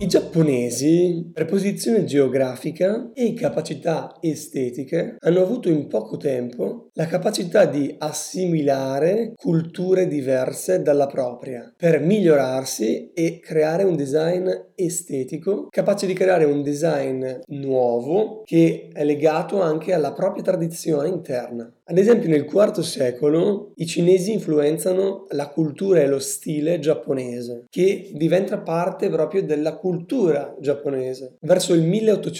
I giapponesi, per posizione geografica e capacità estetiche, hanno avuto in poco tempo la capacità di assimilare culture diverse dalla propria per migliorarsi e creare un design estetico, capace di creare un design nuovo che è legato anche alla propria tradizione interna. Ad esempio, nel IV secolo i cinesi influenzano la cultura e lo stile giapponese, che diventa parte proprio della cultura giapponese. Verso il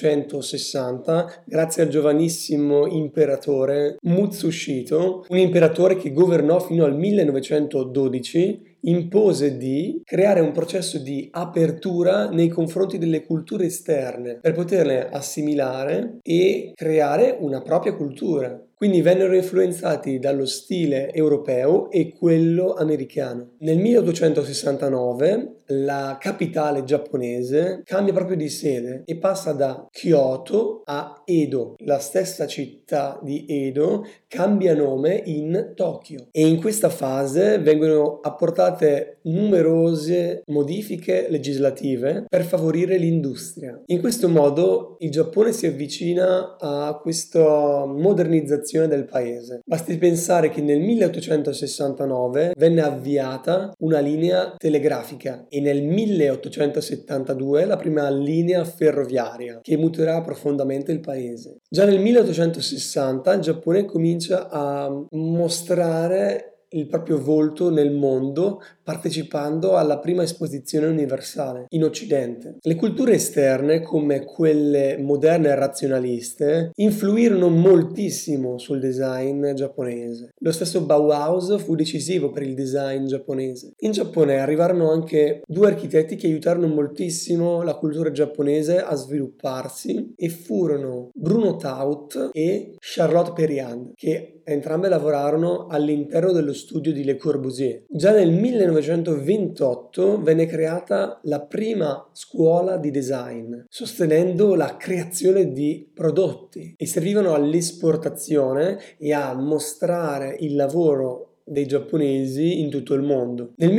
1860, grazie al giovanissimo imperatore Mutsushito, un imperatore che governò fino al 1912, impose di creare un processo di apertura nei confronti delle culture esterne per poterle assimilare e creare una propria cultura. Quindi vennero influenzati dallo stile europeo e quello americano. Nel 1869 la capitale giapponese cambia proprio di sede e passa da Kyoto a Edo. La stessa città di Edo cambia nome in Tokyo e in questa fase vengono apportate numerose modifiche legislative per favorire l'industria. In questo modo il Giappone si avvicina a questa modernizzazione del paese. Basti pensare che nel 1869 venne avviata una linea telegrafica e nel 1872 la prima linea ferroviaria che muterà profondamente il paese. Già nel 1860 il Giappone comincia a mostrare il proprio volto nel mondo partecipando alla prima esposizione universale in Occidente. Le culture esterne, come quelle moderne e razionaliste, influirono moltissimo sul design giapponese. Lo stesso Bauhaus fu decisivo per il design giapponese. In Giappone arrivarono anche due architetti che aiutarono moltissimo la cultura giapponese a svilupparsi e furono Bruno Taut e Charlotte Perriand, che entrambe lavorarono all'interno dello studio di Le Corbusier. Già nel 1928 venne creata la prima scuola di design, sostenendo la creazione di prodotti e servivano all'esportazione e a mostrare il lavoro dei giapponesi in tutto il mondo. Nel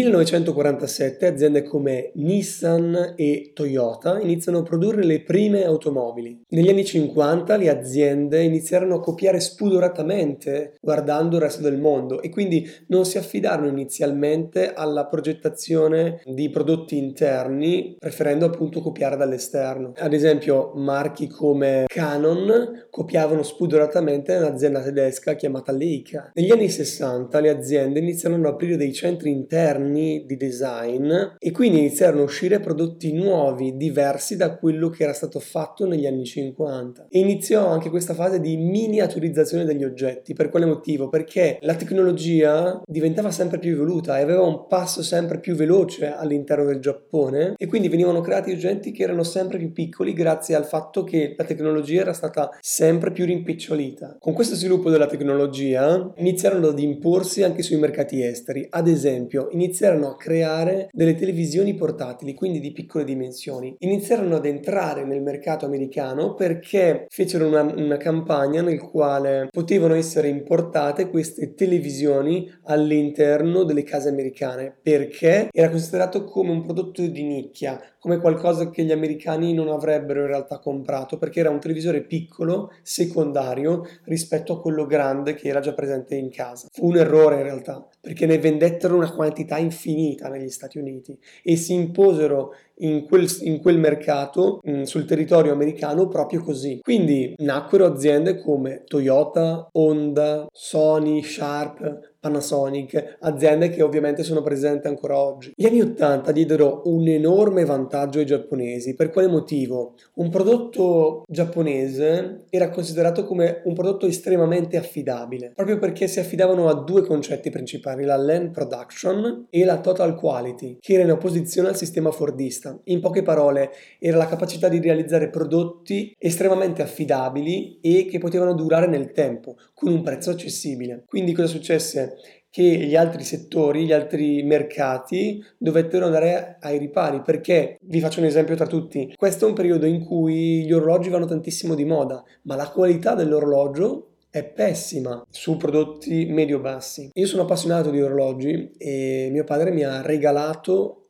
1947 aziende come Nissan e Toyota iniziano a produrre le prime automobili. Negli anni 50 le aziende iniziarono a copiare spudoratamente guardando il resto del mondo e quindi non si affidarono inizialmente alla progettazione di prodotti interni, preferendo appunto copiare dall'esterno. Ad esempio marchi come Canon copiavano spudoratamente un'azienda tedesca chiamata Leica. Negli anni 60 le aziende iniziarono ad aprire dei centri interni di design e quindi iniziarono a uscire prodotti nuovi, diversi da quello che era stato fatto negli anni 50. E iniziò anche questa fase di miniaturizzazione degli oggetti. Per quale motivo? Perché la tecnologia diventava sempre più evoluta e aveva un passo sempre più veloce all'interno del Giappone e quindi venivano creati oggetti che erano sempre più piccoli grazie al fatto che la tecnologia era stata sempre più rimpicciolita. Con questo sviluppo della tecnologia iniziarono ad imporsi anche sui mercati esteri. Ad esempio, iniziarono a creare delle televisioni portatili, quindi di piccole dimensioni. Iniziarono ad entrare nel mercato americano perché fecero una campagna nel quale potevano essere importate queste televisioni all'interno delle case americane, perché era considerato come un prodotto di nicchia, come qualcosa che gli americani non avrebbero in realtà comprato, perché era un televisore piccolo, secondario, rispetto a quello grande che era già presente in casa. Fu un errore in realtà, perché ne vendettero una quantità infinita negli Stati Uniti e si imposero in quel mercato sul territorio americano proprio così. Quindi nacquero aziende come Toyota, Honda, Sony, Sharp, Panasonic, aziende che ovviamente sono presenti ancora oggi. Gli anni 80 diedero un enorme vantaggio ai giapponesi. Per quale motivo? Un prodotto giapponese era considerato come un prodotto estremamente affidabile, proprio perché si affidavano a due concetti principali, la Land Production e la Total Quality, che era in opposizione al sistema fordista. In poche parole, era la capacità di realizzare prodotti estremamente affidabili e che potevano durare nel tempo, con un prezzo accessibile. Quindi cosa successe? Che gli altri settori, gli altri mercati dovettero andare ai ripari, perché vi faccio un esempio tra tutti. Questo è un periodo in cui gli orologi vanno tantissimo di moda, ma la qualità dell'orologio è pessima su prodotti medio-bassi. Io sono appassionato di orologi e mio padre mi ha regalato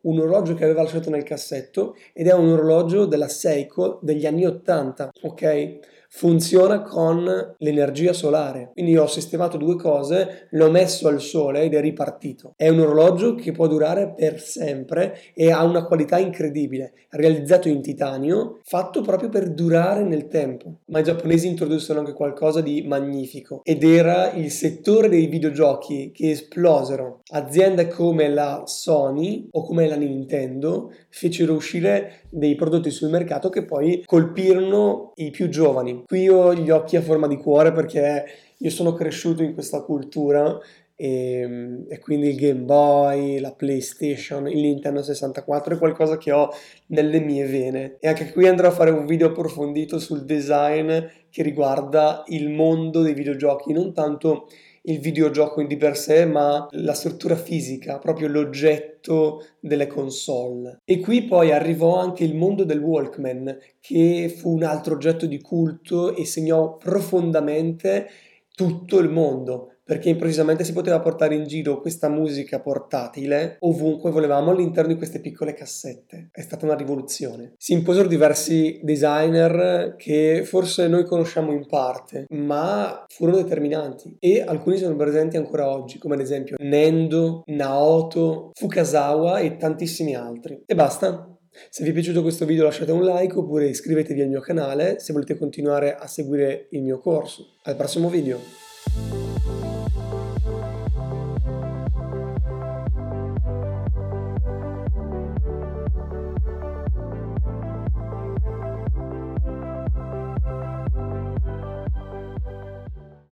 un orologio che aveva lasciato nel cassetto ed è un orologio della Seiko degli anni 80, ok? Funziona con l'energia solare. Quindi ho sistemato due cose, l'ho messo al sole ed è ripartito. È un orologio che può durare per sempre e ha una qualità incredibile, realizzato in titanio, fatto proprio per durare nel tempo. Ma i giapponesi introdussero anche qualcosa di magnifico ed era il settore dei videogiochi che esplosero. Aziende come la Sony o come la Nintendo fecero uscire dei prodotti sul mercato che poi colpirono i più giovani. Qui ho gli occhi a forma di cuore perché io sono cresciuto in questa cultura e quindi il Game Boy, la PlayStation, il Nintendo 64 è qualcosa che ho nelle mie vene. E anche qui andrò a fare un video approfondito sul design che riguarda il mondo dei videogiochi, non tanto il videogioco in di per sé, ma la struttura fisica, proprio l'oggetto delle console. E qui poi arrivò anche il mondo del Walkman, che fu un altro oggetto di culto e segnò profondamente tutto il mondo, perché improvvisamente si poteva portare in giro questa musica portatile ovunque volevamo all'interno di queste piccole cassette. È stata una rivoluzione. Si imposero diversi designer che forse noi conosciamo in parte, ma furono determinanti e alcuni sono presenti ancora oggi, come ad esempio Nendo, Naoto, Fukasawa e tantissimi altri. E basta. Se vi è piaciuto questo video lasciate un like oppure iscrivetevi al mio canale se volete continuare a seguire il mio corso. Al prossimo video!